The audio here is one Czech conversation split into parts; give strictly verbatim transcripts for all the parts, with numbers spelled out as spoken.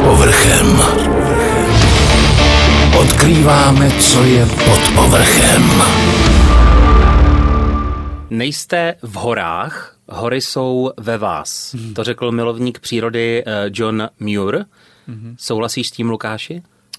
povrchem. Odkrýváme, co je pod povrchem. Nejste v horách, hory jsou ve vás. Hmm. To řekl milovník přírody John Muir. Hmm. Souhlasíš s tím, Lukáši?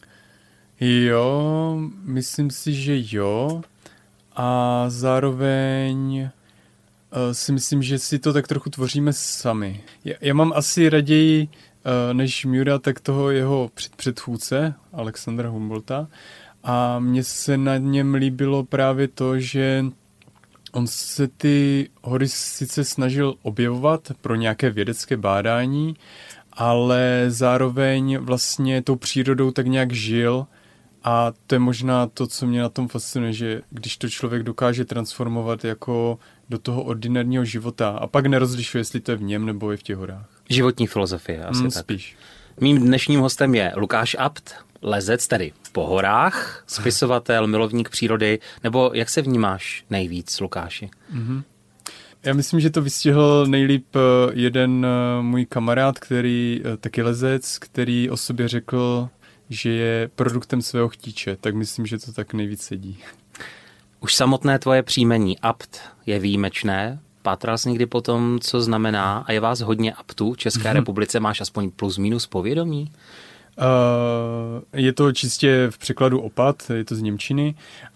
Jo, myslím si, že jo. A zároveň uh, si myslím, že si to tak trochu tvoříme sami. Já, já mám asi raději uh, než Muira, tak toho jeho předchůdce, Alexandra Humboldta. A mně se na něm líbilo právě to, že on se ty hory sice snažil objevovat pro nějaké vědecké bádání, ale zároveň vlastně tou přírodou tak nějak žil. A to je možná to, co mě na tom fascinuje, že když to člověk dokáže transformovat jako do toho ordinárního života a pak nerozlišuje, jestli to je v něm nebo je v těch horách. Životní filozofie, asi mm, tak. Spíš. Mým dnešním hostem je Lukáš Abt, lezec tedy po horách, spisovatel, milovník přírody, nebo jak se vnímáš nejvíc, Lukáši? Mm-hmm. Já myslím, že to vystihl nejlíp jeden můj kamarád, který taky lezec, který o sobě řekl, že je produktem svého chtíče, tak myslím, že to tak nejvíc sedí. Už samotné tvoje příjmení Abt je výjimečné. Pátral jsi někdy po tom, co znamená, a je vás hodně Abtů v České republice, máš aspoň plus minus povědomí? Uh, je to čistě v překladu opat, je to z němčiny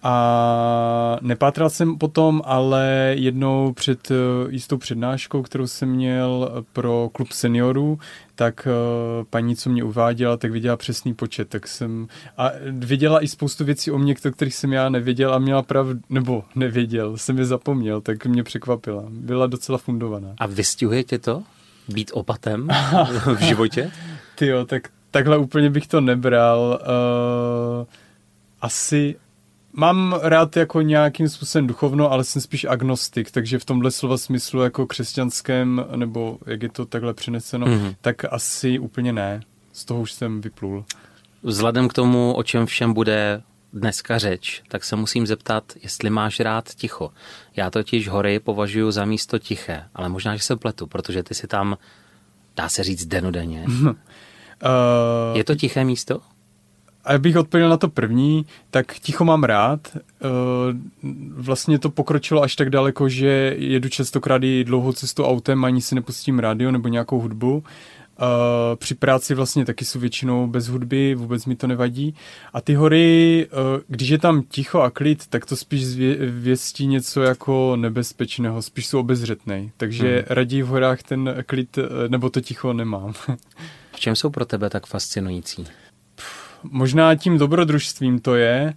a nepátral jsem potom, ale jednou před uh, jistou přednáškou, kterou jsem měl pro klub seniorů, tak uh, paní, co mě uváděla, tak viděla přesný počet, tak jsem a viděla i spoustu věcí o mě, o kterých jsem já nevěděl a měla pravdu, nebo nevěděl, jsem je zapomněl, tak mě překvapila. Byla docela fundovaná. A vystihuje tě to? Být opatem v životě? Tyjo, tak takhle úplně bych to nebral. Uh, asi mám rád jako nějakým způsobem duchovno, ale jsem spíš agnostik, takže v tomhle slova smyslu jako křesťanském, nebo jak je to takhle přeneseno, mm-hmm. tak asi úplně ne. Z toho už jsem vyplul. Vzhledem k tomu, o čem všem bude dneska řeč, tak se musím zeptat, jestli máš rád ticho. Já totiž hory považuji za místo tiché, ale možná, že se pletu, protože ty si tam, dá se říct, denodenně. Uh, je to tiché místo? A bych odpověděl na to první, tak ticho mám rád. Uh, vlastně to pokročilo až tak daleko, že jedu častokrát i dlouhou cestu autem, ani si nepustím rádio nebo nějakou hudbu. Uh, při práci vlastně taky jsou většinou bez hudby, vůbec mi to nevadí. A ty hory, uh, když je tam ticho a klid, tak to spíš zvěstí něco jako nebezpečného, spíš jsou obezřetnej. Takže hmm. raději v horách ten klid nebo to ticho nemám. V čem jsou pro tebe tak fascinující? Možná tím dobrodružstvím to je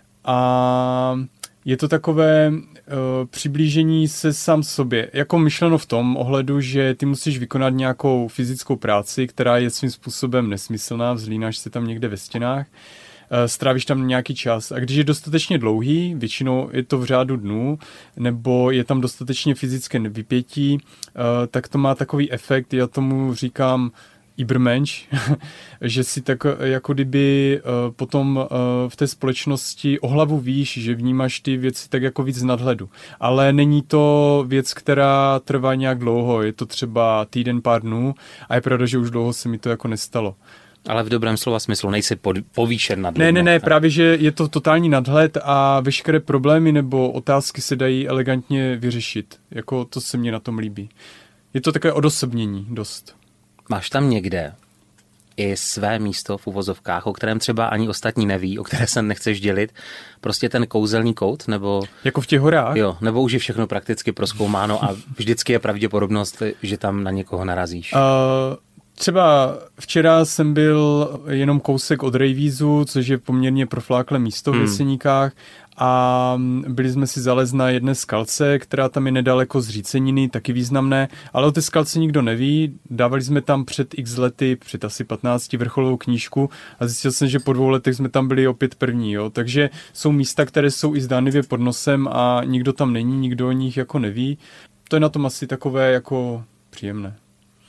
a je to takové uh, přiblížení se sám sobě. Jako myšleno v tom ohledu, že ty musíš vykonat nějakou fyzickou práci, která je svým způsobem nesmyslná, vzlínáš se tam někde ve stěnách, uh, strávíš tam nějaký čas a když je dostatečně dlouhý, většinou je to v řádu dnů, nebo je tam dostatečně fyzické vypětí, uh, tak to má takový efekt, já tomu říkám Übermensch, že si tak jako kdyby uh, potom uh, v té společnosti o hlavu víš, že vnímáš ty věci tak jako víc z nadhledu. Ale není to věc, která trvá nějak dlouho, je to třeba týden, pár dnů a je pravda, že už dlouho se mi to jako nestalo. Ale v dobrém slova smyslu, nejsi pod, povýšen nad Ne, ne, ne, právě, že je to totální nadhled a veškeré problémy nebo otázky se dají elegantně vyřešit. Jako to se mně na tom líbí. Je to takové odosobnění dost. Máš tam někde i své místo v uvozovkách, o kterém třeba ani ostatní neví, o které se nechceš dělit, prostě ten kouzelný kout, nebo... Jako v těch horách? Jo, nebo už je všechno prakticky prozkoumáno a vždycky je pravděpodobnost, že tam na někoho narazíš. Uh, třeba včera jsem byl jenom kousek od Rejvízu, což je poměrně profláklé místo v hmm. Jeseníkách a byli jsme si zalez na jedné skalce, která tam je nedaleko z Říceniny, taky významné, ale o té skalce nikdo neví. Dávali jsme tam před x lety, před asi patnácti vrcholovou knížku a zjistil jsem, že po dvou letech jsme tam byli opět první. Jo. Takže jsou místa, které jsou i zdánlivě pod nosem a nikdo tam není, nikdo o nich jako neví. To je na tom asi takové jako příjemné.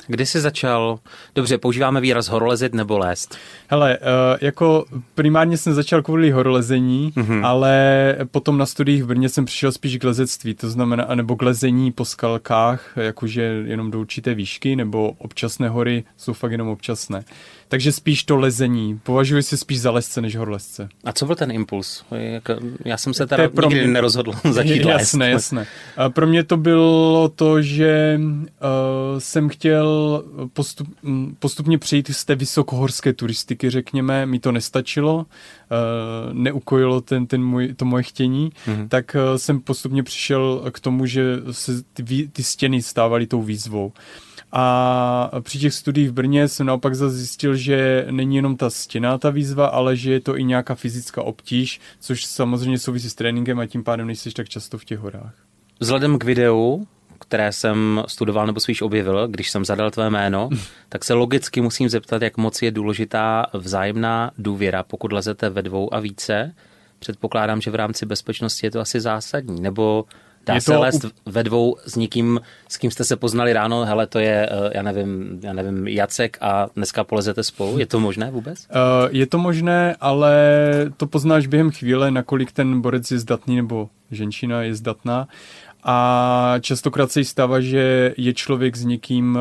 Kdy jsi začal, dobře, používáme výraz horolezit nebo lézt? Hele, jako primárně jsem začal kvůli horolezení, mm-hmm. ale potom na studiích v Brně jsem přišel spíš k lezectví, to znamená, nebo k lezení po skalkách, jakože jenom do určité výšky, nebo občasné hory jsou fakt jenom občasné. Takže spíš to lezení. Považuji se spíš za lezce než horolezce. A co byl ten impuls? Já jsem se teda nikdy mě... nerozhodl začít lézt. Jasné, jasné. A pro mě to bylo to, že uh, jsem chtěl postup, postupně přejít z té vysokohorské turistiky, řekněme. Mi to nestačilo, uh, neukojilo ten, ten můj, to moje chtění, mm-hmm. tak uh, jsem postupně přišel k tomu, že se ty, ty stěny stávaly tou výzvou. A při těch studiích v Brně jsem naopak zase zjistil, že není jenom ta stěna ta výzva, ale že je to i nějaká fyzická obtíž, což samozřejmě souvisí s tréninkem a tím pádem nejsi tak často v těch horách. Vzhledem k videu, které jsem studoval nebo spíš objevil, když jsem zadal tvé jméno, tak se logicky musím zeptat, jak moc je důležitá vzájemná důvěra, pokud lezete ve dvou a více. Předpokládám, že v rámci bezpečnosti je to asi zásadní, nebo... Dá se lézt ve dvou s někým, s kým jste se poznali ráno, hele, to je, já nevím, já nevím, Jacek a dneska polezete spolu. Je to možné vůbec? Uh, je to možné, ale to poznáš během chvíle, nakolik ten borec je zdatný nebo ženčina je zdatná. A častokrát se jí stává, že je člověk s někým, uh,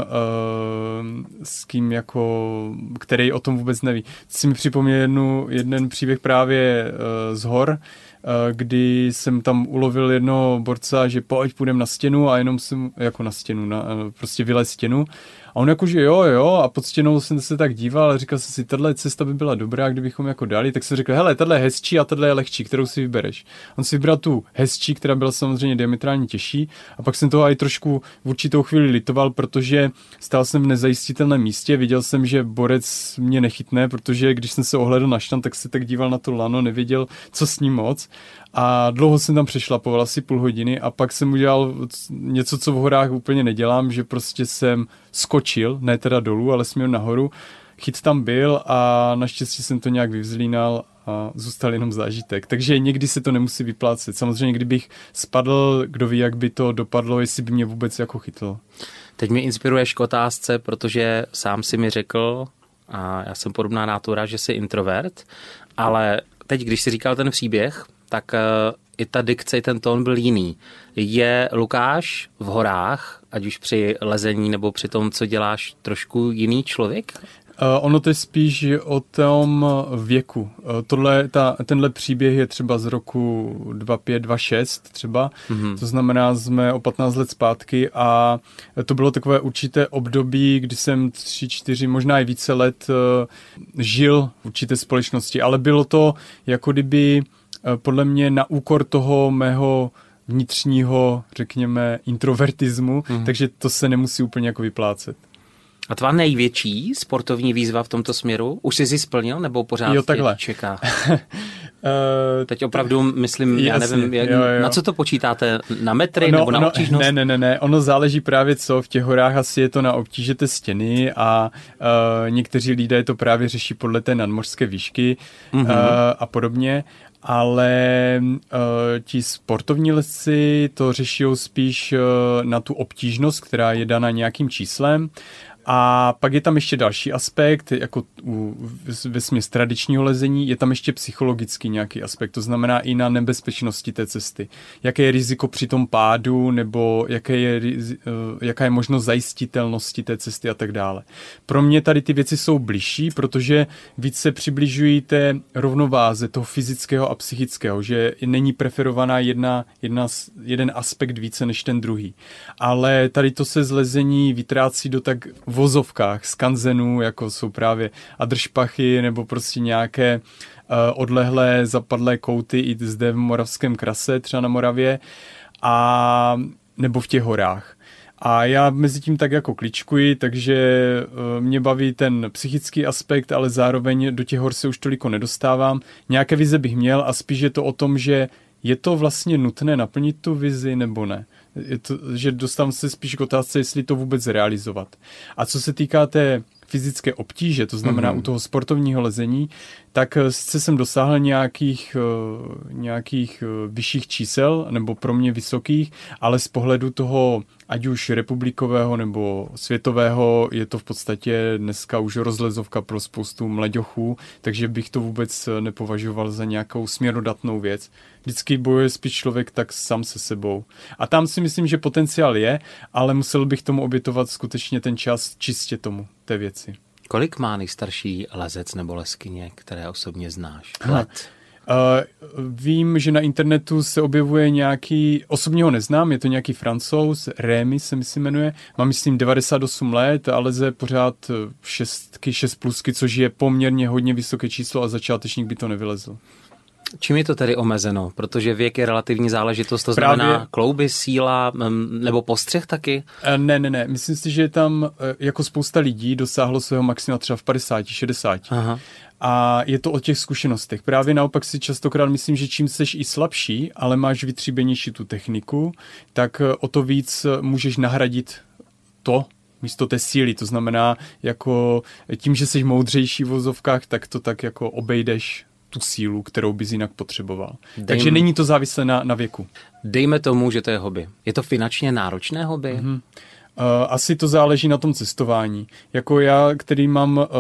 s kým jako, který o tom vůbec neví. Si mi připomněl jednu, jeden příběh právě uh, z hor, kdy jsem tam ulovil jednoho borca, že pojď, půjdem na stěnu a jenom jsem, jako na stěnu, na, prostě vylez stěnu. A on jakože jo, jo, a pod stěnou jsem se tak díval a říkal jsem si, tahle cesta by byla dobrá, kdybychom jako dali, tak jsem řekl, hele, tahle je hezčí a tahle je lehčí, kterou si vybereš. On si vybral tu hezčí, která byla samozřejmě diametrálně těžší, a pak jsem toho i trošku v určitou chvíli litoval, protože stál jsem v nezajistitelném místě, viděl jsem, že borec mě nechytne, protože když jsem se ohlédl na štant, tak se tak díval na to lano, nevěděl, co s ním moc. A dlouho jsem tam přešlapoval, asi půl hodiny, a pak jsem udělal něco, co v horách úplně nedělám, že prostě jsem skočil, ne teda dolů, ale směl nahoru. Chyt tam byl a naštěstí jsem to nějak vyvzlínal a zůstal jenom zážitek. Takže někdy se to nemusí vyplácet. Samozřejmě, kdybych spadl, kdo ví, jak by to dopadlo, jestli by mě vůbec jako chytlo. Teď mě inspiruješ k otázce, protože sám si mi řekl, a já jsem podobná nátura, že jsi introvert, ale teď, když jsi říkal ten příběh, tak uh, i ta dikce, i ten tón byl jiný. Je Lukáš v horách, ať už při lezení nebo při tom, co děláš, trošku jiný člověk? Uh, ono to je spíš o tom věku. Uh, tohle, ta, tenhle příběh je třeba z roku dvacet pět dvacet šest třeba, mm-hmm. To znamená, jsme o patnáct let zpátky a to bylo takové určité období, kdy jsem tři, čtyři, možná i více let uh, žil v určité společnosti, ale bylo to jako kdyby uh, podle mě na úkor toho mého vnitřního, řekněme, introvertismu, mm-hmm. takže to se nemusí úplně jako vyplácet. A tvá největší sportovní výzva v tomto směru? Už jsi ji splnil, nebo pořád jo, tě čeká? Teď opravdu myslím, já jasně, nevím, jak, jo, jo. na co to počítáte? Na metry ono, nebo na ono, obtížnost? Ne, ne, ne, ne, ono záleží právě co, v těch horách asi je to na obtíže té stěny a uh, někteří lidé to právě řeší podle té nadmořské výšky mm-hmm. uh, a podobně. Ale uh, ti sportovní lezci to řeší spíš uh, na tu obtížnost, která je daná nějakým číslem. A pak je tam ještě další aspekt, jako u vesměs tradičního lezení, je tam ještě psychologický nějaký aspekt, to znamená i na nebezpečnosti té cesty. Jaké je riziko při tom pádu, nebo jaké je, jaká je možnost zajistitelnosti té cesty a tak dále. Pro mě tady ty věci jsou bližší, protože víc se přibližují té rovnováze toho fyzického a psychického, že není preferovaná jedna, jedna, jeden aspekt více než ten druhý. Ale tady to se z lezení vytrácí do tak vozovkách, skanzenů, jako jsou právě adršpachy nebo prostě nějaké uh, odlehlé zapadlé kouty i zde v Moravském krase, třeba na Moravě, a nebo v těch horách. A já mezi tím tak jako kličkuji, takže uh, mě baví ten psychický aspekt, ale zároveň do těch hor se už toliko nedostávám. Nějaké vize bych měl a spíš je to o tom, že je to vlastně nutné naplnit tu vizi nebo ne. Je to, že dostávám se spíš k otázce, jestli to vůbec realizovat. A co se týká té fyzické obtíže, to znamená mm-hmm. u toho sportovního lezení, tak sice jsem dosáhl nějakých, nějakých vyšších čísel, nebo pro mě vysokých, ale z pohledu toho, ať už republikového nebo světového, je to v podstatě dneska už rozlezovka pro spoustu mlaďochů, takže bych to vůbec nepovažoval za nějakou směrodatnou věc. Vždycky bojuje spíš člověk tak sám se sebou. A tam si myslím, že potenciál je, ale musel bych tomu obětovat skutečně ten čas čistě tomu, té věci. Kolik má nejstarší lezec nebo leskyně, které osobně znáš? Let? Uh, vím, že na internetu se objevuje nějaký, osobně ho neznám, je to nějaký Francouz, Rémy se myslím jmenuje, má myslím devadesát osm let a leze pořád šestky, šest plusky, což je poměrně hodně vysoké číslo a začátečník by to nevylezl. Čím je to tedy omezeno? Protože věk je relativní záležitost, to znamená Právě... klouby, síla nebo postřeh taky? Ne, ne, ne. Myslím si, že tam jako spousta lidí dosáhlo svého maxima třeba v padesáti, šedesáti. Aha. A je to o těch zkušenostech. Právě naopak si častokrát myslím, že čím seš i slabší, ale máš vytříbenější tu techniku, tak o to víc můžeš nahradit to, místo té síly. To znamená, jako tím, že jsi moudřejší v vozovkách, tak to tak jako obejdeš tu sílu, kterou bys jinak potřeboval. Dejme, Takže není to závislé na, na věku. Dejme tomu, že to je hobby. Je to finančně náročné hobby? Mm-hmm. Uh, asi to záleží na tom cestování. Jako já, který mám uh,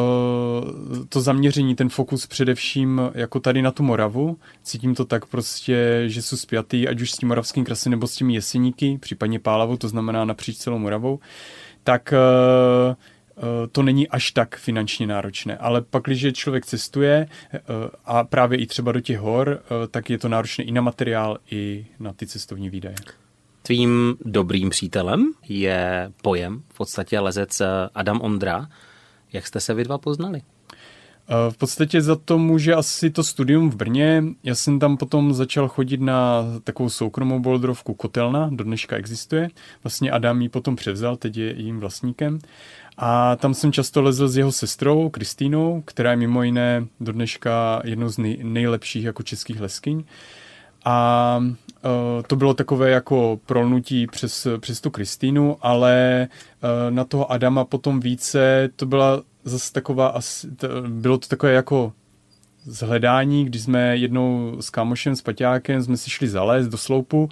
to zaměření, ten fokus především jako tady na tu Moravu, cítím to tak prostě, že jsou spjatý, ať už s tím moravským krasem nebo s těmi jeseníky, případně Pálavou, to znamená napříč celou Moravou, tak uh, to není až tak finančně náročné. Ale pak, když člověk cestuje a právě i třeba do těch hor, tak je to náročné i na materiál, i na ty cestovní výdaje. Tvým dobrým přítelem je pojem, v podstatě lezec Adam Ondra. Jak jste se vy dva poznali? V podstatě za to může asi to studium v Brně. Já jsem tam potom začal chodit na takovou soukromou bouldrovku Kotelna, do dneška existuje. Vlastně Adam ji potom převzal, teď je jejím vlastníkem. A tam jsem často lezl s jeho sestrou Kristýnou, která je mimo jiné do dneška jednou z nej, nejlepších jako českých leskyň. A uh, to bylo takové jako prolnutí přes, přes tu Kristýnu, ale uh, na toho Adama potom více, to byla zase taková, asi, to, bylo to takové jako zhledání, když jsme jednou s kámošem, s Paťákem, jsme si šli zalézt do sloupu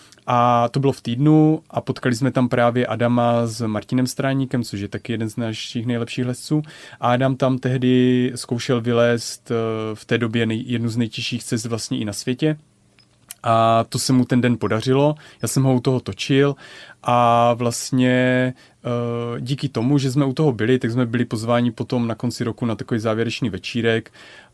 a to bylo v týdnu a potkali jsme tam právě Adama s Martinem Stráníkem, což je taky jeden z našich nejlepších lesců. A Adam tam tehdy zkoušel vylézt v té době nej, jednu z nejtěžších cest vlastně i na světě. A to se mu ten den podařilo, já jsem ho u toho točil a vlastně díky tomu, že jsme u toho byli, tak jsme byli pozváni potom na konci roku na takový závěrečný večírek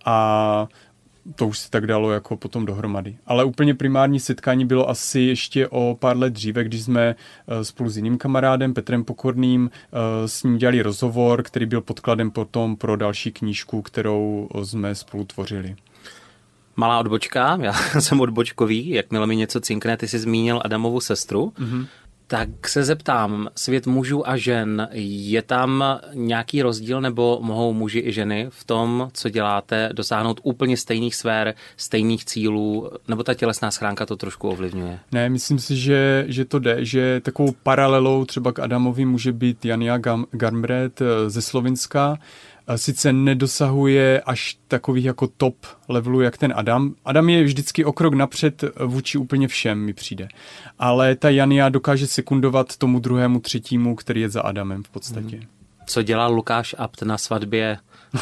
a to už se tak dalo jako potom dohromady. Ale úplně primární setkání bylo asi ještě o pár let dříve, když jsme spolu s jiným kamarádem, Petrem Pokorným, s ním dělali rozhovor, který byl podkladem potom pro další knížku, kterou jsme spolu tvořili. Malá odbočka, já jsem odbočkový, jakmile mi něco cinkne, ty jsi zmínil Adamovu sestru, mm-hmm. tak se zeptám, svět mužů a žen, je tam nějaký rozdíl nebo mohou muži i ženy v tom, co děláte, dosáhnout úplně stejných sfér, stejných cílů, nebo ta tělesná schránka to trošku ovlivňuje? Ne, myslím si, že, že to jde, že takovou paralelou třeba k Adamovi může být Jania Garnbret ze Slovinska. Sice nedosahuje až takových jako top levelů, jak ten Adam. Adam je vždycky o krok napřed vůči úplně všem, mi přijde. Ale ta Jania dokáže sekundovat tomu druhému, třetímu, který je za Adamem v podstatě. Co dělal Lukáš Abt na svatbě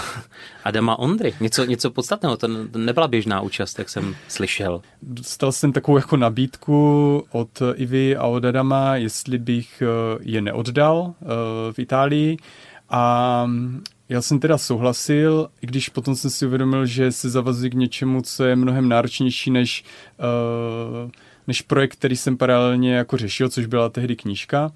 Adama Ondry? Něco, něco podstatného, to nebyla běžná účast, jak jsem slyšel. Dostal jsem takovou jako nabídku od Ivy a od Adama, jestli bych je neoddal v Itálii. A já jsem teda souhlasil, i když potom jsem si uvědomil, že se zavazuji k něčemu, co je mnohem náročnější než, uh, než projekt, který jsem paralelně jako řešil, což byla tehdy knížka.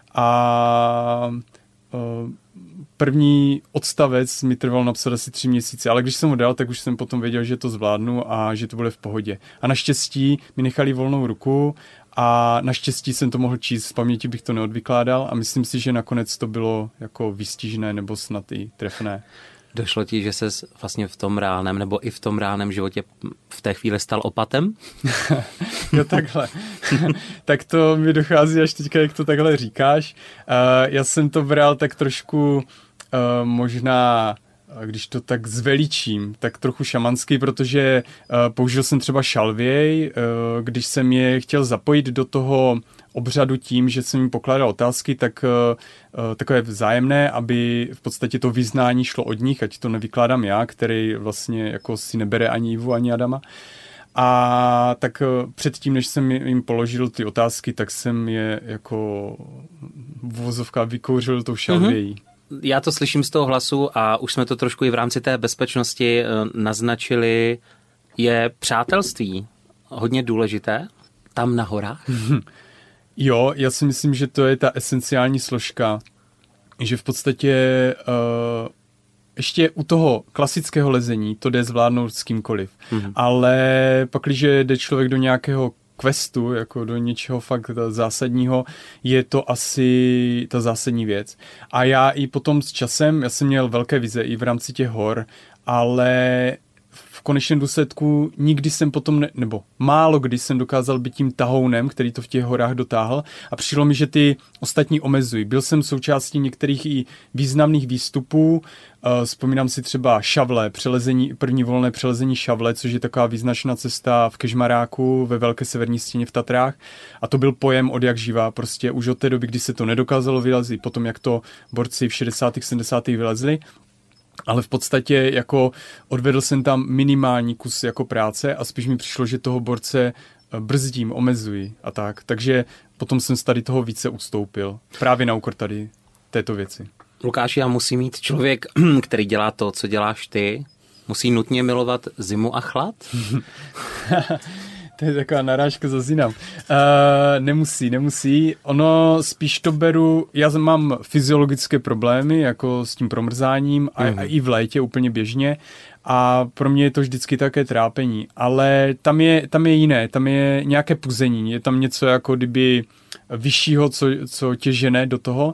A uh, první odstavec mi trval napsat asi tři měsíce, ale když jsem ho dal, tak už jsem potom věděl, že to zvládnu a že to bude v pohodě. A naštěstí mi nechali volnou ruku a naštěstí jsem to mohl číst, z paměti bych to neodvykládal a myslím si, že nakonec to bylo jako výstižné nebo snad i trefné. Došlo ti, že ses vlastně v tom reálném nebo i v tom reálném životě v té chvíli stal opatem? Jo, takhle. Tak to mi dochází až teďka, jak to takhle říkáš. Uh, já jsem to bral tak trošku uh, možná, když to tak zveličím, tak trochu šamanský, protože uh, použil jsem třeba šalvěj, uh, když jsem je chtěl zapojit do toho obřadu tím, že jsem jim pokládal otázky, tak uh, takové vzájemné, aby v podstatě to vyznání šlo od nich, ať to nevykládám já, který vlastně jako si nebere ani Ivu, ani Adama. A tak uh, předtím, než jsem jim položil ty otázky, tak jsem je jako v uvozovkách vykouřil tou šalvějí. Mm-hmm. Já to slyším z toho hlasu a už jsme to trošku i v rámci té bezpečnosti uh, naznačili. Je přátelství hodně důležité tam na horách? Jo, já si myslím, že to je ta esenciální složka, že v podstatě uh, ještě u toho klasického lezení to jde zvládnout s kýmkoliv, mm-hmm. ale pak, když jde člověk do nějakého questu, jako do něčeho fakt zásadního, je to asi ta zásadní věc. A já i potom s časem, já jsem měl velké vize i v rámci těch hor, ale v konečném důsledku nikdy jsem potom, ne, nebo málo kdy jsem dokázal být tím tahounem, který to v těch horách dotáhl a přišlo mi, že ty ostatní omezují. Byl jsem součástí některých i významných výstupů, uh, vzpomínám si třeba Šavle, přelezení, první volné přelezení Šavle, což je taková význačná cesta v Kežmaráku ve Velké severní stěně v Tatrách a to byl pojem od jak živá, prostě už od té doby, kdy se to nedokázalo vylezit, potom jak to borci v šedesátých sedmdesátých vylezli. Ale v podstatě jako odvedl jsem tam minimální kus jako práce a spíš mi přišlo, že toho borce brzdím, omezuji a tak. Takže potom jsem z tady toho více ustoupil. Právě na úkor tady této věci. Lukáši, a musí mít člověk, který dělá to, co děláš ty, musí nutně milovat zimu a chlad? To je taková narážka za zinám. Uh, nemusí, nemusí. Ono spíš to beru, já mám fyziologické problémy, jako s tím promrzáním a, mm. a i v létě úplně běžně a pro mě je to vždycky také trápení, ale tam je, tam je jiné, tam je nějaké puzení, je tam něco jako kdyby vyššího, co, co tě žene do toho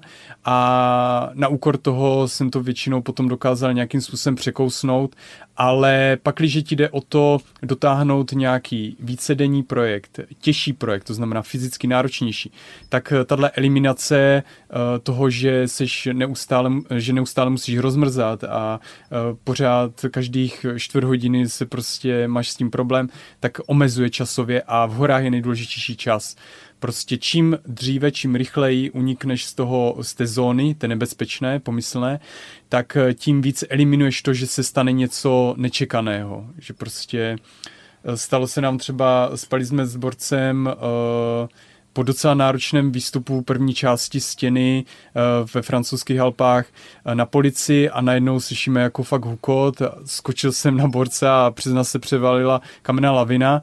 a na úkor toho jsem to většinou potom dokázal nějakým způsobem překousnout, ale pak, když ti jde o to dotáhnout nějaký vícedenní projekt, těžší projekt, to znamená fyzicky náročnější, tak tahle eliminace uh, toho, že seš neustále, že neustále musíš rozmrzat a uh, pořád každých čtvrt hodiny se prostě máš s tím problém, tak omezuje časově a v horách je nejdůležitější čas. Prostě čím dříve, čím rychleji unikneš z toho, z té zóny, té nebezpečné, pomyslné, tak tím víc eliminuješ to, že se stane něco nečekaného. Že prostě stalo se nám třeba, spali jsme s borcem uh, po docela náročném výstupu první části stěny uh, ve francouzských Alpách uh, na policii a najednou slyšíme jako fakt hukot. Skočil jsem na borce a přes nás se převalila kamenná lavina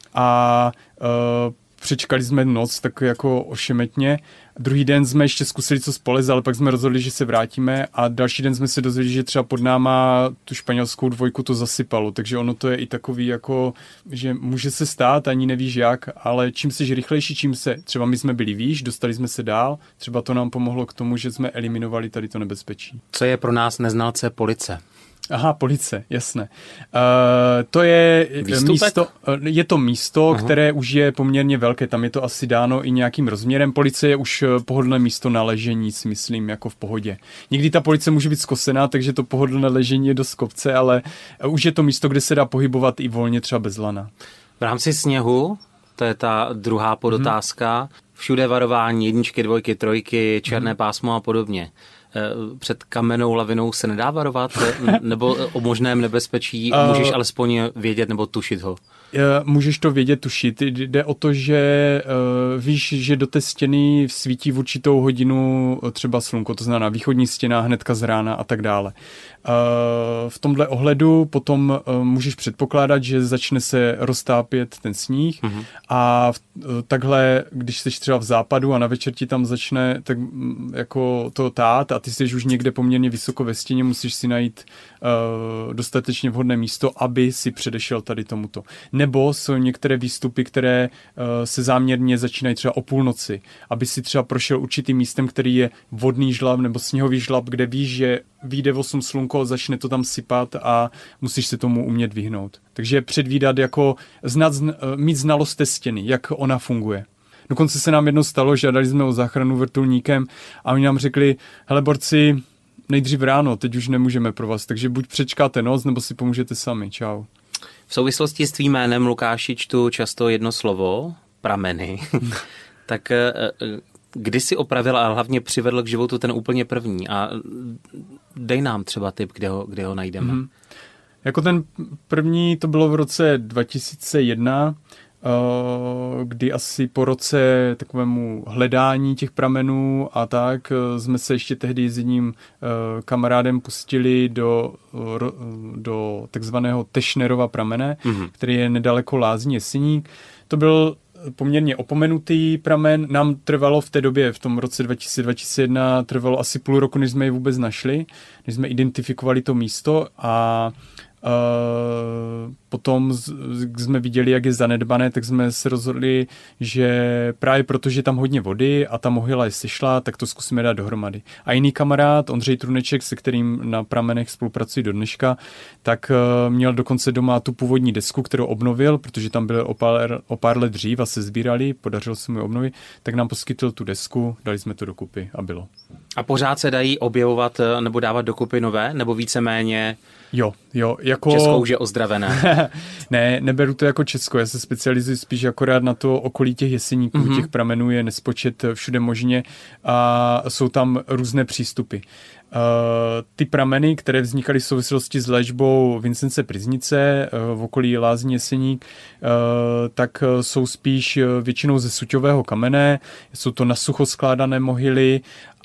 a uh, přečkali jsme noc tak jako ošemetně. Druhý den jsme ještě zkusili co spolez, ale pak jsme rozhodli, že se vrátíme a další den jsme se dozvěděli, že třeba pod náma tu španělskou dvojku to zasypalo, takže ono to je i takový jako, že může se stát, ani nevíš jak, ale čím jsi rychlejší, čím se, třeba my jsme byli výš, dostali jsme se dál, třeba to nám pomohlo k tomu, že jsme eliminovali tady to nebezpečí. Co je pro nás neznalce Police? Aha, Police, jasné. Uh, to je Výstupek? místo, je to místo, Aha. které už je poměrně velké, tam je to asi dáno i nějakým rozměrem. Police je už pohodlné místo na ležení, si myslím, jako v pohodě. Někdy ta police může být zkosená, takže to pohodlné ležení je dost kopce, ale už je to místo, kde se dá pohybovat i volně, třeba bez lana. V rámci sněhu, to je ta druhá podotázka, hmm. všude varování, jedničky, dvojky, trojky, černé hmm. pásmo a podobně. Před kamennou lavinou se nedá varovat? Nebo o možném nebezpečí můžeš alespoň vědět nebo tušit ho? Můžeš to vědět, tušit. Jde o to, že uh, víš, že do té stěny svítí v určitou hodinu třeba slunko, to znamená východní stěna hnedka z rána a tak dále. Uh, v tomhle ohledu potom uh, můžeš předpokládat, že začne se roztápět ten sníh uh-huh. a v, uh, takhle, když jsi třeba v západu a na večer ti tam začne tak, um, jako to tát a ty jsi už někde poměrně vysoko ve stěně, musíš si najít uh, dostatečně vhodné místo, aby si předešel tady tomuto. Nebo jsou některé výstupy, které uh, se záměrně začínají třeba o půlnoci, aby si třeba prošel určitým místem, který je vodný žlab nebo sněhový žlab, kde víš, že vyjde v osm slunko, začne to tam sypat a musíš se tomu umět vyhnout. Takže předvídat, jako znat, mít znalost té stěny, jak ona funguje. Dokonce se nám jednou stalo, že dali jsme o záchranu vrtulníkem a oni nám řekli, hele borci, nejdřív ráno, teď už nemůžeme pro vás, takže buď přečkáte noc, nebo si pomůžete sami. Čau. V souvislosti s tvým jménem, Lukáši, čtu často jedno slovo, prameny. Tak kdy jsi opravil a hlavně přivedl k životu ten úplně první? A dej nám třeba tip, kde ho, kde ho najdeme. Mm-hmm. Jako ten první to bylo v roce dva tisíce jedna, kdy asi po roce takovému hledání těch pramenů a tak jsme se ještě tehdy s jedním kamarádem pustili do, do takzvaného Tešnerova pramene, mm-hmm. který je nedaleko Lázní Jeseník. To byl poměrně opomenutý pramen. Nám trvalo v té době, v tom roce dva tisíce, dva tisíce jedna, trvalo asi půl roku, než jsme ji vůbec našli, než jsme identifikovali to místo a Uh, potom z, z, jsme viděli, jak je zanedbané, tak jsme se rozhodli, že právě protože je tam hodně vody a ta mohyla je sešla, tak to zkusíme dát dohromady. A jiný kamarád, Ondřej Truneček, se kterým na pramenech spolupracují do dneška, tak uh, měl dokonce doma tu původní desku, kterou obnovil, protože tam byly o pár, o pár let dřív a se sbírali, podařilo se mu obnovit, tak nám poskytl tu desku, dali jsme to dokupy a bylo. A pořád se dají objevovat nebo dávat dokupy nové, nebo víceméně jo, jo, jako... Česko už je ozdravené? Ne, neberu to jako Česko, já se specializuji spíš akorát na to okolí těch Jeseníků, mm-hmm. těch pramenů je nespočet všude možně a jsou tam různé přístupy. Uh, ty prameny, které vznikaly v souvislosti s léčbou Vincence Pryznice uh, v okolí Lázní Jeseník, uh, tak uh, jsou spíš většinou ze suťového kamene, jsou to nasucho skládané mohyly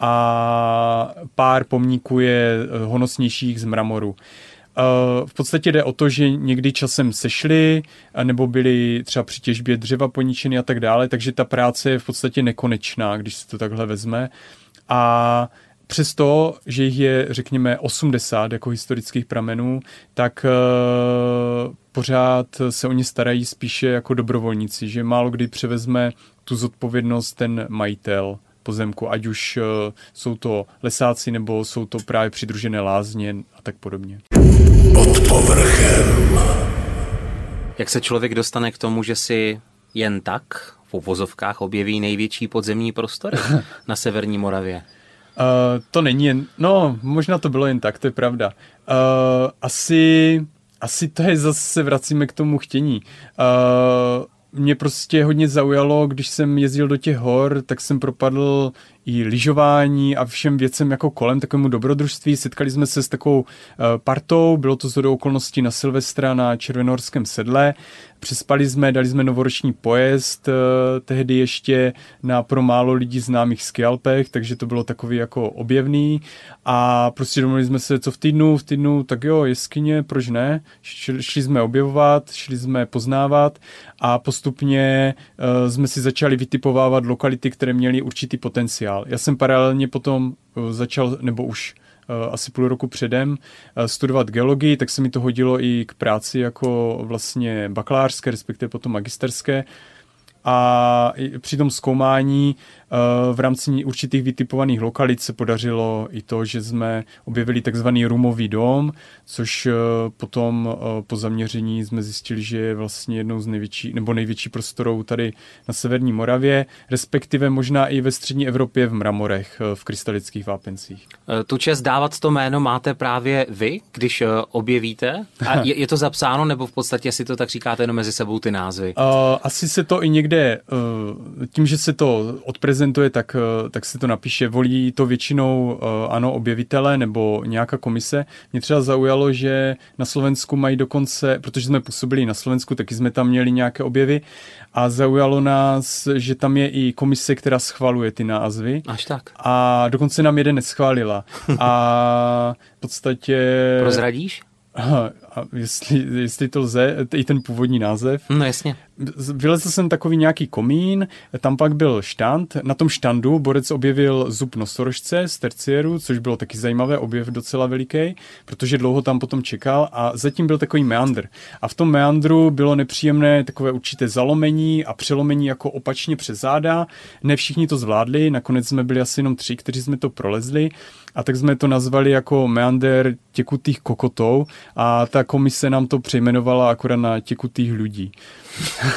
a pár pomníků je uh, honosnějších z mramoru. Uh, v podstatě jde o to, že někdy časem sešly, nebo byly třeba při těžbě dřeva poničeny a tak dále, takže ta práce je v podstatě nekonečná, když se to takhle vezme. A přesto, že jich je, řekněme, osmdesát jako historických pramenů, tak uh, pořád se o ně starají spíše jako dobrovolníci, že málo kdy převezme tu zodpovědnost ten majitel pozemku, ať už uh, jsou to lesáci, nebo jsou to právě přidružené lázně a tak podobně. Pod povrchem. Jak se člověk dostane k tomu, že si jen tak v uvozovkách objeví největší podzemní prostory na severní Moravě? Uh, to není jen, no možná to bylo jen tak, to je pravda. Uh, asi, asi to je zase, vracíme k tomu chtění. Uh, mě prostě hodně zaujalo, když jsem jezdil do těch hor, tak jsem propadl i lyžování a všem věcem jako kolem, takovému dobrodružství. Setkali jsme se s takovou uh, partou, bylo to shodou okolností na Silvestra na Červenohorském sedle. Přespali jsme, dali jsme novoroční pojezd, uh, tehdy ještě na pro málo lidí známých skialpech, takže to bylo takový jako objevný a prostě domluvili jsme se, co v týdnu, v týdnu, tak jo, jeskyně, proč ne? Šli, šli jsme objevovat, šli jsme poznávat a postupně uh, jsme si začali vytipovávat lokality, které měly určitý potenciál. Já jsem paralelně potom začal, nebo už uh, asi půl roku předem, uh, studovat geologii, tak se mi to hodilo i k práci jako vlastně bakalářské, respektive potom magisterské. A při tom zkoumání v rámci určitých vytipovaných lokalit se podařilo i to, že jsme objevili takzvaný rumový dom, což potom po zaměření jsme zjistili, že je vlastně jednou z největší, nebo největší prostorou tady na severní Moravě, respektive možná i ve střední Evropě v mramorech, v krystalických vápencích. Tu čest dávat to jméno máte právě vy, když objevíte? A je, je to zapsáno, nebo v podstatě si to tak říkáte jenom mezi sebou ty názvy? Uh, asi se to i někde, uh, tím, že se to odprezentuje, tak, uh, tak se to napíše. Volí to většinou, uh, ano, objevitele nebo nějaká komise. Mě třeba zaujalo, že na Slovensku mají dokonce, protože jsme působili na Slovensku, taky jsme tam měli nějaké objevy a zaujalo nás, že tam je i komise, která schvaluje ty názvy. Až tak. A dokonce nám jeden neschválila. A v podstatě... Prozradíš? Aha, a jestli, jestli to lze, i ten původní název. No jasně. Vylezl jsem takový nějaký komín, tam pak byl štand. Na tom štandu borec objevil zub nosorožce z terciéru, což bylo taky zajímavé, objev docela veliký, protože dlouho tam potom čekal a zatím byl takový meandr. A v tom meandru bylo nepříjemné takové určité zalomení a přelomení jako opačně přes záda. Ne všichni to zvládli, nakonec jsme byli asi jenom tři, kteří jsme to prolezli. A tak jsme to nazvali jako meander těkutých kokotou a ta komise nám to přejmenovala akorát na těkutých lidí.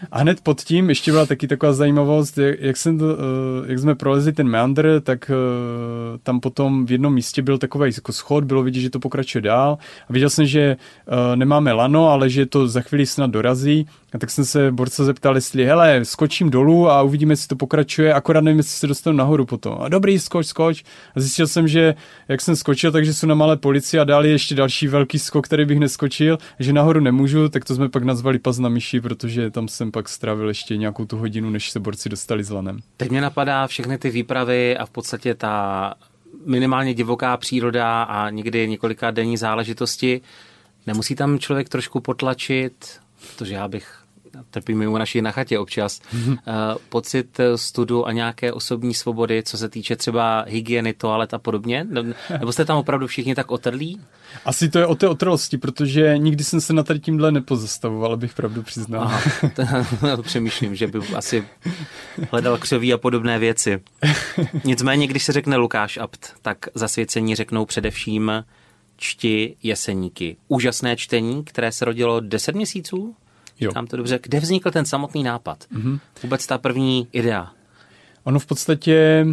A hned pod tím ještě byla taky taková zajímavost, jak, jak, jsem to, jak jsme prolezli ten meandr, tak tam potom v jednom místě byl takový jako schod, bylo vidět, že to pokračuje dál. A viděl jsem, že nemáme lano, ale že to za chvíli snad dorazí. A tak jsem se borce zeptal, jestli, hele, skočím dolů a uvidíme, jestli to pokračuje, akorát nevím, jestli se dostanu nahoru potom. A dobrý, skoč, skoč. A zjistil jsem, že jak jsem skočil, takže jsou na malé policii a dali ještě další velký skok, který bych neskočil, že nahoru nemůžu, tak to jsme pak nazvali pas na myši, protože tam jsem pak strávil ještě nějakou tu hodinu, než se borci dostali s lanem. Teď mě napadá všechny ty výpravy a v podstatě ta minimálně divoká příroda a někdy několika denní záležitosti. Nemusí tam člověk trošku potlačit, protože já bych trpím u naší na chatě občas, mm-hmm. uh, pocit studu a nějaké osobní svobody, co se týče třeba hygieny, toalet a podobně? Nebo jste tam opravdu všichni tak otrlí? Asi to je o té otrlosti, protože nikdy jsem se na tady tímhle nepozastavoval, abych pravdu přiznal. Aha, to, to přemýšlím, že by asi hledal křoví a podobné věci. Nicméně, když se řekne Lukáš Abt, tak zasvěcení řeknou především čti Jeseníky. Úžasné čtení, které se rodilo deset měsíců? Říkám to dobře. Kde vznikl ten samotný nápad? Mm-hmm. Vůbec ta první idea? Ono v podstatě...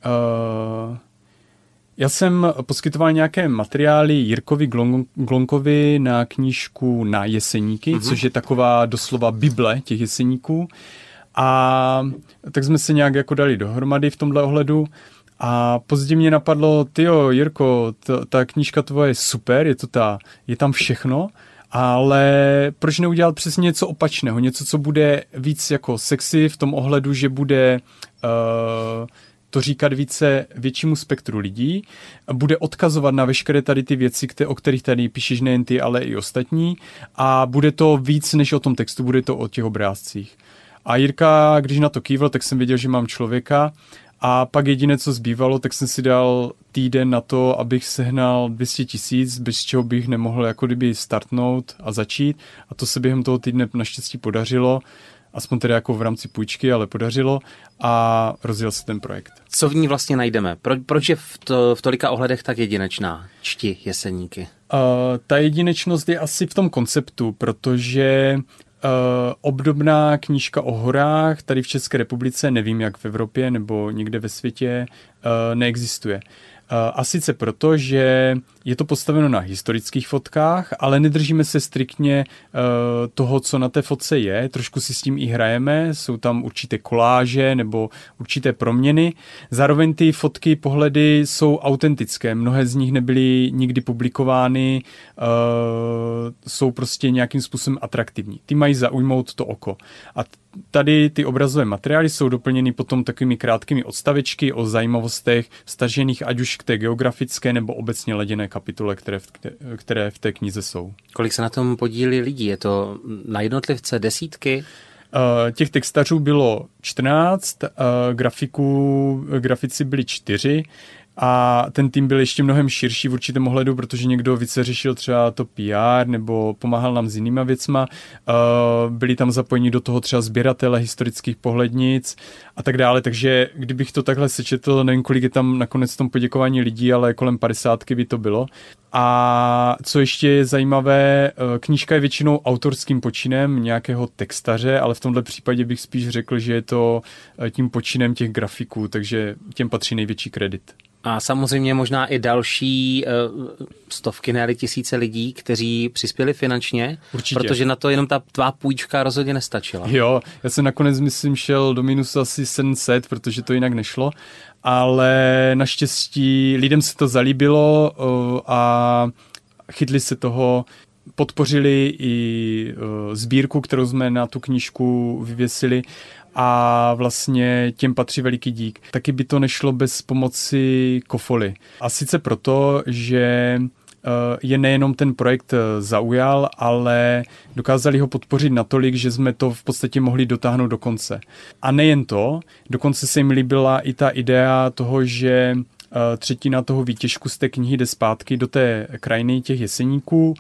Uh, já jsem poskytoval nějaké materiály Jirkovi Glon, Glonkovi na knížku Na Jeseníky, mm-hmm. což je taková doslova bible těch Jeseníků. A tak jsme se nějak jako dali dohromady v tomhle ohledu. A později mě napadlo, tyjo, Jirko, t- ta knížka tvoje je super, je to ta, je tam všechno, ale proč neudělat přesně něco opačného, něco, co bude víc jako sexy v tom ohledu, že bude uh, to říkat více většímu spektru lidí, bude odkazovat na veškeré tady ty věci, které, o kterých tady píšeš nejen ty, ale i ostatní, a bude to víc než o tom textu, bude to o těch obrázcích. A Jirka, když na to kývl, tak jsem věděl, že mám člověka. A pak jediné, co zbývalo, tak jsem si dal týden na to, abych sehnal dvě stě tisíc, bez čeho bych nemohl jako kdyby startnout a začít. A to se během toho týdne naštěstí podařilo. Aspoň tedy jako v rámci půjčky, ale podařilo. A rozjel se ten projekt. Co v ní vlastně najdeme? Pro, proč je v, to, v tolika ohledech tak jedinečná? Čti Jeseníky. Uh, ta jedinečnost je asi v tom konceptu, protože... Uh, obdobná knížka o horách tady v České republice, nevím jak v Evropě nebo někde ve světě, uh, neexistuje. Uh, a sice proto, že je to postaveno na historických fotkách, ale nedržíme se striktně uh, toho, co na té fotce je. Trošku si s tím i hrajeme, jsou tam určité koláže nebo určité proměny. Zároveň ty fotky, pohledy jsou autentické. Mnohé z nich nebyly nikdy publikovány, uh, jsou prostě nějakým způsobem atraktivní. Ty mají zaujmout to oko. A tady ty obrazové materiály jsou doplněny potom takovými krátkými odstavečky o zajímavostech stažených ať už k té geografické nebo obecně leděné kapitole, které v, které v té knize jsou. Kolik se na tom podílí lidí? Je to na jednotlivce desítky? Uh, těch textařů bylo čtrnáct, uh, grafiků, grafici byli čtyři. A ten tým byl ještě mnohem širší v určitém ohledu, protože někdo více řešil třeba to P R nebo pomáhal nám s jinýma věcma. Byli tam zapojeni do toho třeba sběratele historických pohlednic a tak dále. Takže kdybych to takhle sečetl, nevím, kolik je tam nakonec v tom poděkování lidí, ale kolem padesátky by to bylo. A co ještě je zajímavé, knížka je většinou autorským počinem nějakého textaře, ale v tomhle případě bych spíš řekl, že je to tím počinem těch grafiků, takže těm patří největší kredit. A samozřejmě možná i další uh, stovky, ne tisíce lidí, kteří přispěli finančně, určitě. Protože na to jenom ta tvá půjčka rozhodně nestačila. Jo, já jsem nakonec, myslím, šel do minusu asi sedm set, protože to jinak nešlo, ale naštěstí lidem se to zalíbilo uh, a chytli se toho, podpořili i uh, sbírku, kterou jsme na tu knížku vyvěsili, a vlastně těm patří veliký dík. Taky by to nešlo bez pomoci Kofoly. A sice proto, že je nejenom ten projekt zaujal, ale dokázali ho podpořit natolik, že jsme to v podstatě mohli dotáhnout do konce. A nejen to, dokonce se jim líbila i ta idea toho, že třetina toho výtěžku z té knihy jde zpátky do té krajiny těch Jeseníků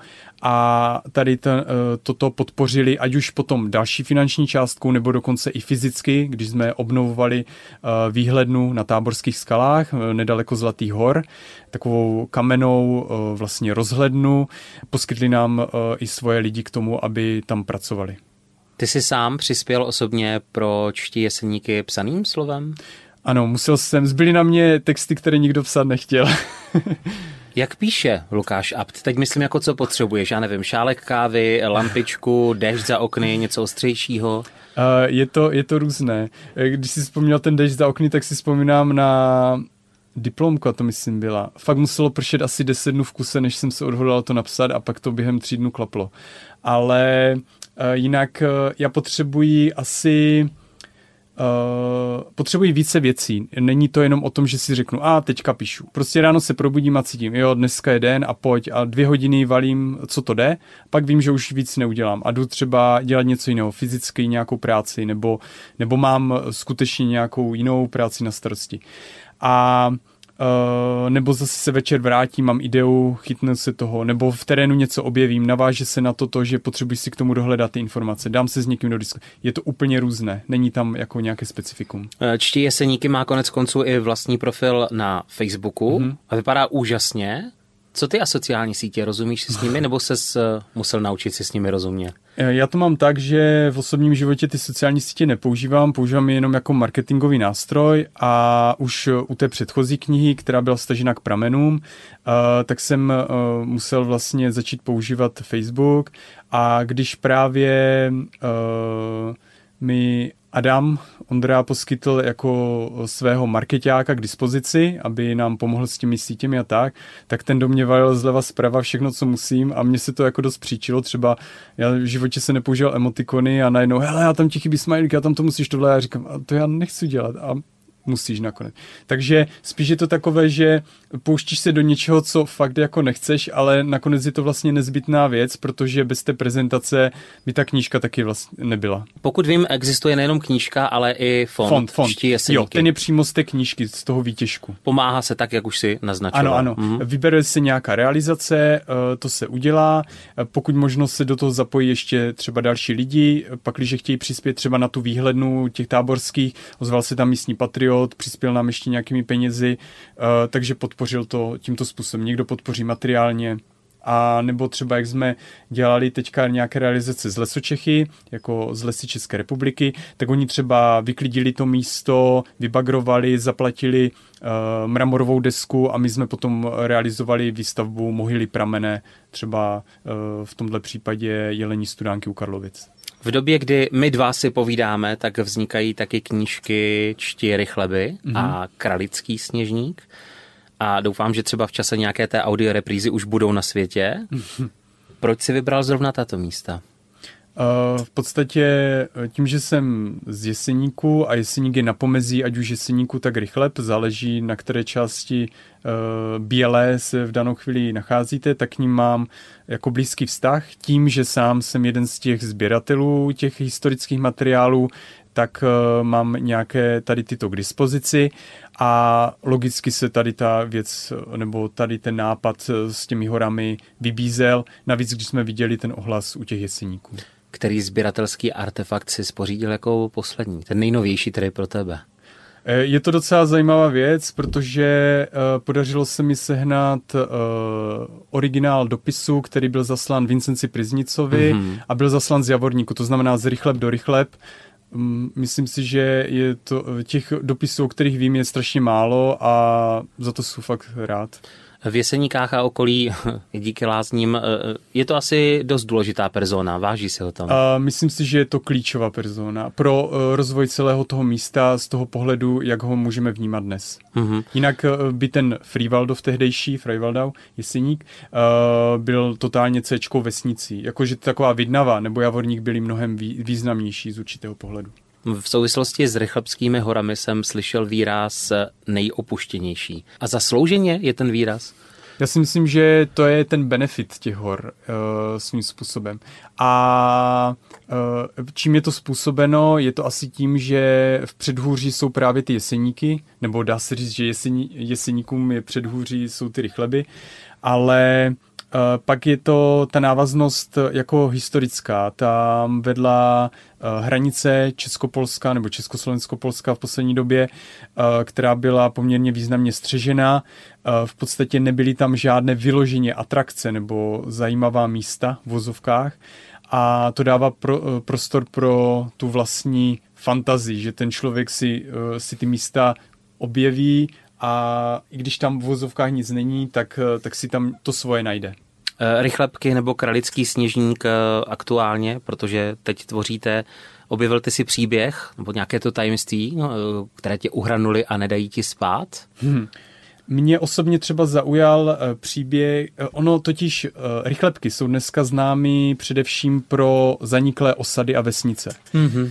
a tady to, toto podpořili ať už potom další finanční částkou nebo dokonce i fyzicky, když jsme obnovovali výhlednu na Táborských skalách nedaleko Zlatých hor, takovou kamennou vlastně rozhlednu, poskytli nám i svoje lidi k tomu, aby tam pracovali. Ty jsi sám přispěl osobně pro Čti jeseníky psaným slovem? Ano, musel jsem. Zbyly na mě texty, které nikdo psát nechtěl. Jak píše Lukáš Abt? Teď myslím, jako co potřebuješ, já nevím, šálek kávy, lampičku, déšť za okny, něco ostřejšího? Uh, je, to, je to různé. Když si vzpomněl ten déšť za okny, tak si vzpomínám na diplomku, a to myslím byla. Fakt muselo pršet asi deset dnů v kuse, než jsem se odhodlal to napsat a pak to během tří dnů klaplo. Ale uh, jinak uh, já potřebuji asi... Uh, potřebuji více věcí. Není to jenom o tom, že si řeknu, a teďka píšu. Prostě ráno se probudím a cítím, jo, dneska je den a pojď a dvě hodiny valím, co to jde, pak vím, že už víc neudělám a jdu třeba dělat něco jiného, fyzicky nějakou práci, nebo, nebo mám skutečně nějakou jinou práci na starosti. A Uh, nebo zase se večer vrátím, mám ideu, chytnu se toho, nebo v terénu něco objevím, naváže se na to, to že potřebuji si k tomu dohledat ty informace, dám se s někým do diskuse. Je to úplně různé, není tam jako nějaké specifikum. Čti jeseníky má konec konců i vlastní profil na Facebooku mm-hmm. a vypadá úžasně. Co ty a sociální sítě, rozumíš si s nimi, nebo ses musel naučit si s nimi rozumět? Já to mám tak, že v osobním životě ty sociální sítě nepoužívám, používám je jenom jako marketingový nástroj a už u té předchozí knihy, která byla stažena k pramenům, tak jsem musel vlastně začít používat Facebook a když právě mi Adam Ondra poskytl jako svého markeťáka k dispozici, aby nám pomohl s těmi sítěmi a tak, tak ten do mě valil zleva zprava všechno, co musím a mně se to jako dost příčilo. Třeba já v životě se nepoužíval emotikony a najednou, hele, já tam ti chybí smajlík, já tam to musíš tohle, a já říkám, a to já nechci dělat a musíš nakonec. Takže spíš je to takové, že pouštíš se do něčeho, co fakt jako nechceš, ale nakonec je to vlastně nezbytná věc, protože bez té prezentace by ta knížka taky vlastně nebyla. Pokud vím, existuje nejenom knížka, ale i fond. Fond, fond. Čti jeseníky. Jo, ten je přímo z té knížky, z toho výtěžku. Pomáhá se tak, jak už si naznačoval. Ano, ano. Mm-hmm. Vybere se nějaká realizace, to se udělá, pokud možno se do toho zapojí ještě třeba další lidi, pak když chtějí přispět třeba na tu výhlednu těch táborských, ozval se tam místní patriot, přispěl nám ještě nějakými penězi, takže podpořil to tímto způsobem. Někdo podpoří materiálně, a nebo třeba jak jsme dělali teďka nějaké realizace z Lesočechy, jako z Lesy České republiky, tak oni třeba vyklidili to místo, vybagrovali, zaplatili uh, mramorovou desku a my jsme potom realizovali výstavbu Mohyly pramenné, třeba uh, v tomhle případě Jelení studánky u Karlovic. V době, kdy my dva si povídáme, tak vznikají taky knížky Čti rychleby mm-hmm. a Kralický sněžník. A doufám, že třeba v čase nějaké té audioreprízy už budou na světě. Proč jsi vybral zrovna tato místa? Uh, v podstatě tím, že jsem z Jeseníku a Jeseník je na pomezí, ať už Jeseníku, tak Rychleb, záleží na které části uh, Bělé se v danou chvíli nacházíte, tak k ním mám jako blízký vztah. Tím, že sám jsem jeden z těch sběratelů těch historických materiálů, tak uh, mám nějaké tady tyto k dispozici a logicky se tady ta věc, nebo tady ten nápad s těmi horami vybízel, navíc když jsme viděli ten ohlas u těch Jeseníků. Který sběratelský artefakt si spořídil jako poslední, ten nejnovější tedy pro tebe? Je to docela zajímavá věc, protože uh, podařilo se mi sehnat uh, originál dopisu, který byl zaslán Vincenci Priznicovi mm-hmm. a byl zaslán z Javorníku, to znamená z Rychleb do Rychleb. Myslím si, že je to, těch dopisů, o kterých vím, je strašně málo a za to jsem fakt rád. V Jeseníkách a okolí, díky lázním, je to asi dost důležitá persona, váží se ho tam? A myslím si, že je to klíčová persona pro rozvoj celého toho místa z toho pohledu, jak ho můžeme vnímat dnes. Mm-hmm. Jinak by ten Frývaldov tehdejší, Frývaldau, Jeseník, byl totálně céčkou vesnicí. Jakože taková Vidnava nebo Javorník byli mnohem významnější z určitého pohledu. V souvislosti s Rychlebskými horami jsem slyšel výraz nejopuštěnější. A zaslouženě je ten výraz? Já si myslím, že to je ten benefit těch hor uh, svým způsobem. A uh, čím je to způsobeno? Je to asi tím, že v předhůří jsou právě ty Jeseníky, nebo dá se říct, že jesení, Jeseníkům je předhůří, jsou ty Rychleby, ale Uh, pak je to ta návaznost jako historická. Tam vedla uh, hranice Českopolska nebo Československo-Polska v poslední době, uh, která byla poměrně významně střežená. Uh, v podstatě nebyly tam žádné vyloženě atrakce nebo zajímavá místa v vozovkách. a to dává pro, prostor pro tu vlastní fantazii, že ten člověk si, si ty místa objeví a i když tam v vozovkách nic není, tak, tak si tam to svoje najde. Rychlebky nebo Kralický sněžník aktuálně, protože teď tvoříte, objevil ty si příběh nebo nějaké to tajemství, no, které tě uhranuli a nedají ti spát? Hmm. Mě osobně třeba zaujal příběh, ono totiž rychlebky jsou dneska známy především pro zaniklé osady a vesnice. Mm-hmm.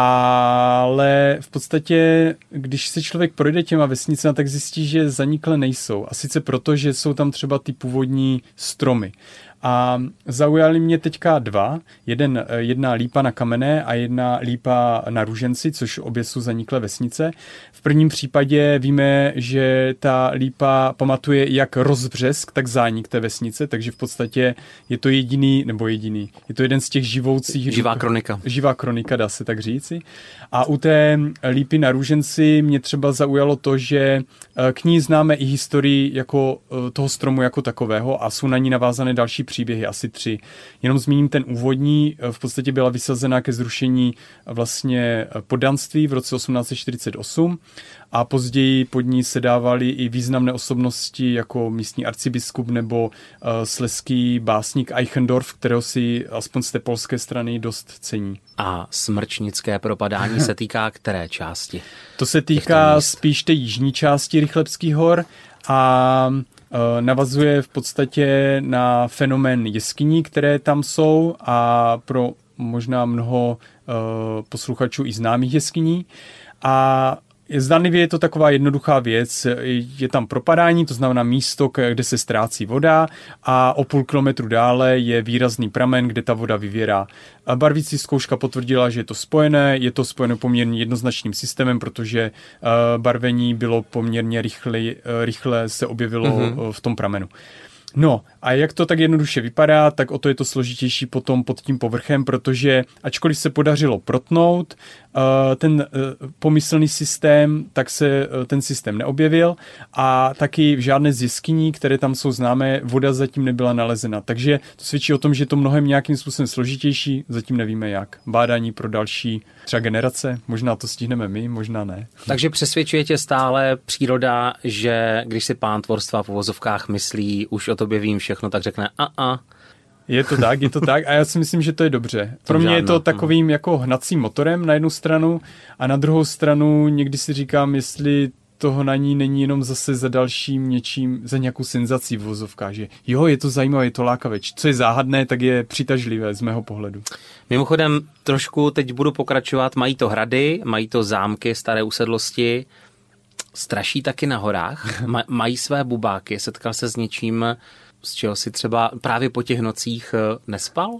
Ale v podstatě, když se člověk projde těma vesnicemi, tak zjistí, že zaniklé nejsou. A sice proto, že jsou tam třeba ty původní stromy. A zaujali mě teďka dva. Jeden, jedna lípa na Kamenné a jedna lípa na Růženci, což obě jsou zaniklé vesnice. V prvním případě víme, že ta lípa pamatuje jak rozbřesk, tak zánik té vesnice, takže v podstatě je to jediný, nebo jediný, je to jeden z těch živoucích... Živá kronika. Živá kronika, dá se tak říci. A u té lípy na Růženci mě třeba zaujalo to, že k ní známe i historii jako toho stromu jako takového a jsou na ní navázané další příběhy, asi tři. Jenom zmíním ten úvodní, v podstatě byla vysazena ke zrušení vlastně poddanství v roce osmnáct set čtyřicet osm a později pod ní se dávaly i významné osobnosti jako místní arcibiskup nebo uh, slezský básník Eichendorff, kterého si aspoň z té polské strany dost cení. A smrčnické propadání se týká které části? To se týká spíš té jižní části Rychlebských hor a navazuje v podstatě na fenomén jeskyní, které tam jsou a pro možná mnoho uh, posluchačů i známých jeskyní. A zdánlivě je to taková jednoduchá věc. Je tam propadání, to znamená místo, kde se ztrácí voda a o půl kilometru dále je výrazný pramen, kde ta voda vyvěrá. A barvící zkouška potvrdila, že je to spojené. Je to spojeno poměrně jednoznačným systémem, protože uh, barvení bylo poměrně rychle, uh, rychle se objevilo mm-hmm. v tom pramenu. No a jak to tak jednoduše vypadá, tak o to je to složitější potom pod tím povrchem, protože ačkoliv se podařilo protnout uh, ten uh, pomyslný systém, tak se uh, ten systém neobjevil a taky v žádné z jeskyní, které tam jsou známé, voda zatím nebyla nalezena. Takže to svědčí o tom, že je to mnohem nějakým způsobem složitější, zatím nevíme jak. Bádání pro další třeba generace, možná to stihneme my, možná ne. Takže přesvědčuje tě stále příroda, že když si pán tvorstva v uvozovkách myslí, už o tobě vím všechno, tak řekne a a. Je to tak, je to tak a já si myslím, že to je dobře. Pro mě je to takovým jako hnacím motorem na jednu stranu a na druhou stranu někdy si říkám, jestli toho na ní není jenom zase za dalším něčím, za nějakou senzací v vozovkách, že jo, je to zajímavé, je to lákavé. Co je záhadné, tak je přitažlivé z mého pohledu. Mimochodem, trošku teď budu pokračovat, mají to hrady, mají to zámky, staré usedlosti, straší taky na horách, Ma- mají své bubáky, setkal se s něčím, z čeho si třeba právě po těch nocích nespal?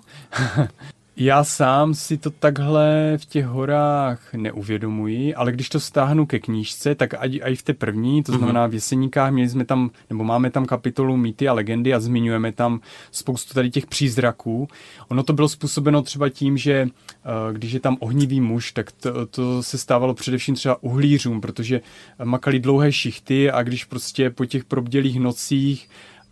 Já sám si to takhle v těch horách neuvědomuji, ale když to stáhnu ke knížce, tak i v té první, to znamená v Jeseníkách, měli jsme tam, nebo máme tam kapitolu Mýty a legendy a zmiňujeme tam spoustu tady těch přízraků. Ono to bylo způsobeno třeba tím, že když je tam ohnivý muž, tak to, to se stávalo především třeba uhlířům, protože makali dlouhé šichty a když prostě po těch probdělých nocích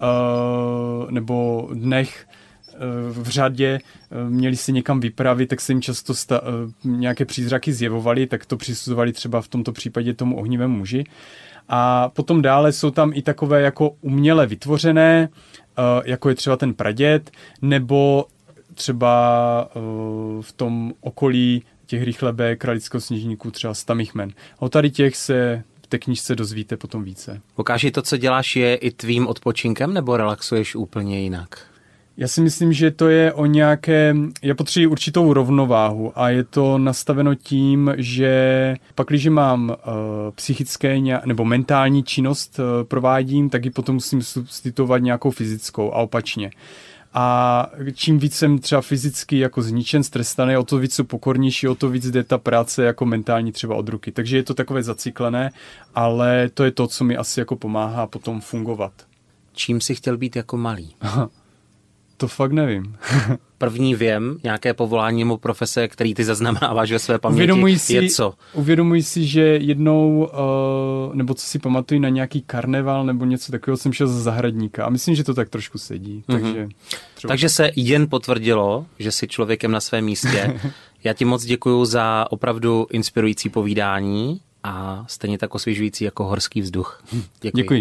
nebo dnech v řadě měli se někam vypravit, tak se jim často sta- nějaké přízraky zjevovaly, tak to přisuzovali třeba v tomto případě tomu ohnivému muži. A potom dále jsou tam i takové jako uměle vytvořené, jako je třeba ten praděd, nebo třeba v tom okolí těch rychlebek Kralického sněžníku třeba Stamichmen. O tady těch se v té knížce dozvíte potom více. Lukáši, to, co děláš, je i tvým odpočinkem, nebo relaxuješ úplně jinak? Já si myslím, že to je o nějaké, já potřebuji určitou rovnováhu a je to nastaveno tím, že pak, když mám uh, psychické nebo mentální činnost uh, provádím, tak ji potom musím substituovat nějakou fyzickou a opačně. A čím víc jsem třeba fyzicky jako zničen, strestaný, o to víc jsou pokornější, o to víc jde ta práce jako mentální třeba od ruky. Takže je to takové zacyklené, ale to je to, co mi asi jako pomáhá potom fungovat. Čím jsi chtěl být jako malý? To fakt nevím. První věm, nějaké povolání nebo profese, který ty zaznamenáváš ve své paměti, uvědomuji si, je co? Uvědomuji si, že jednou, uh, nebo co si pamatuju, na nějaký karneval nebo něco takového jsem šel za zahradníka a myslím, že to tak trošku sedí. Mm-hmm. Takže, třeba... takže se jen potvrdilo, že jsi člověkem na svém místě. Já ti moc děkuju za opravdu inspirující povídání a stejně tak osvěžující jako horský vzduch. Děkuji. Děkuji.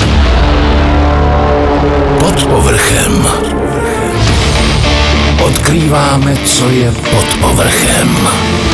Pod povrchem. Odkrýváme, co je pod povrchem.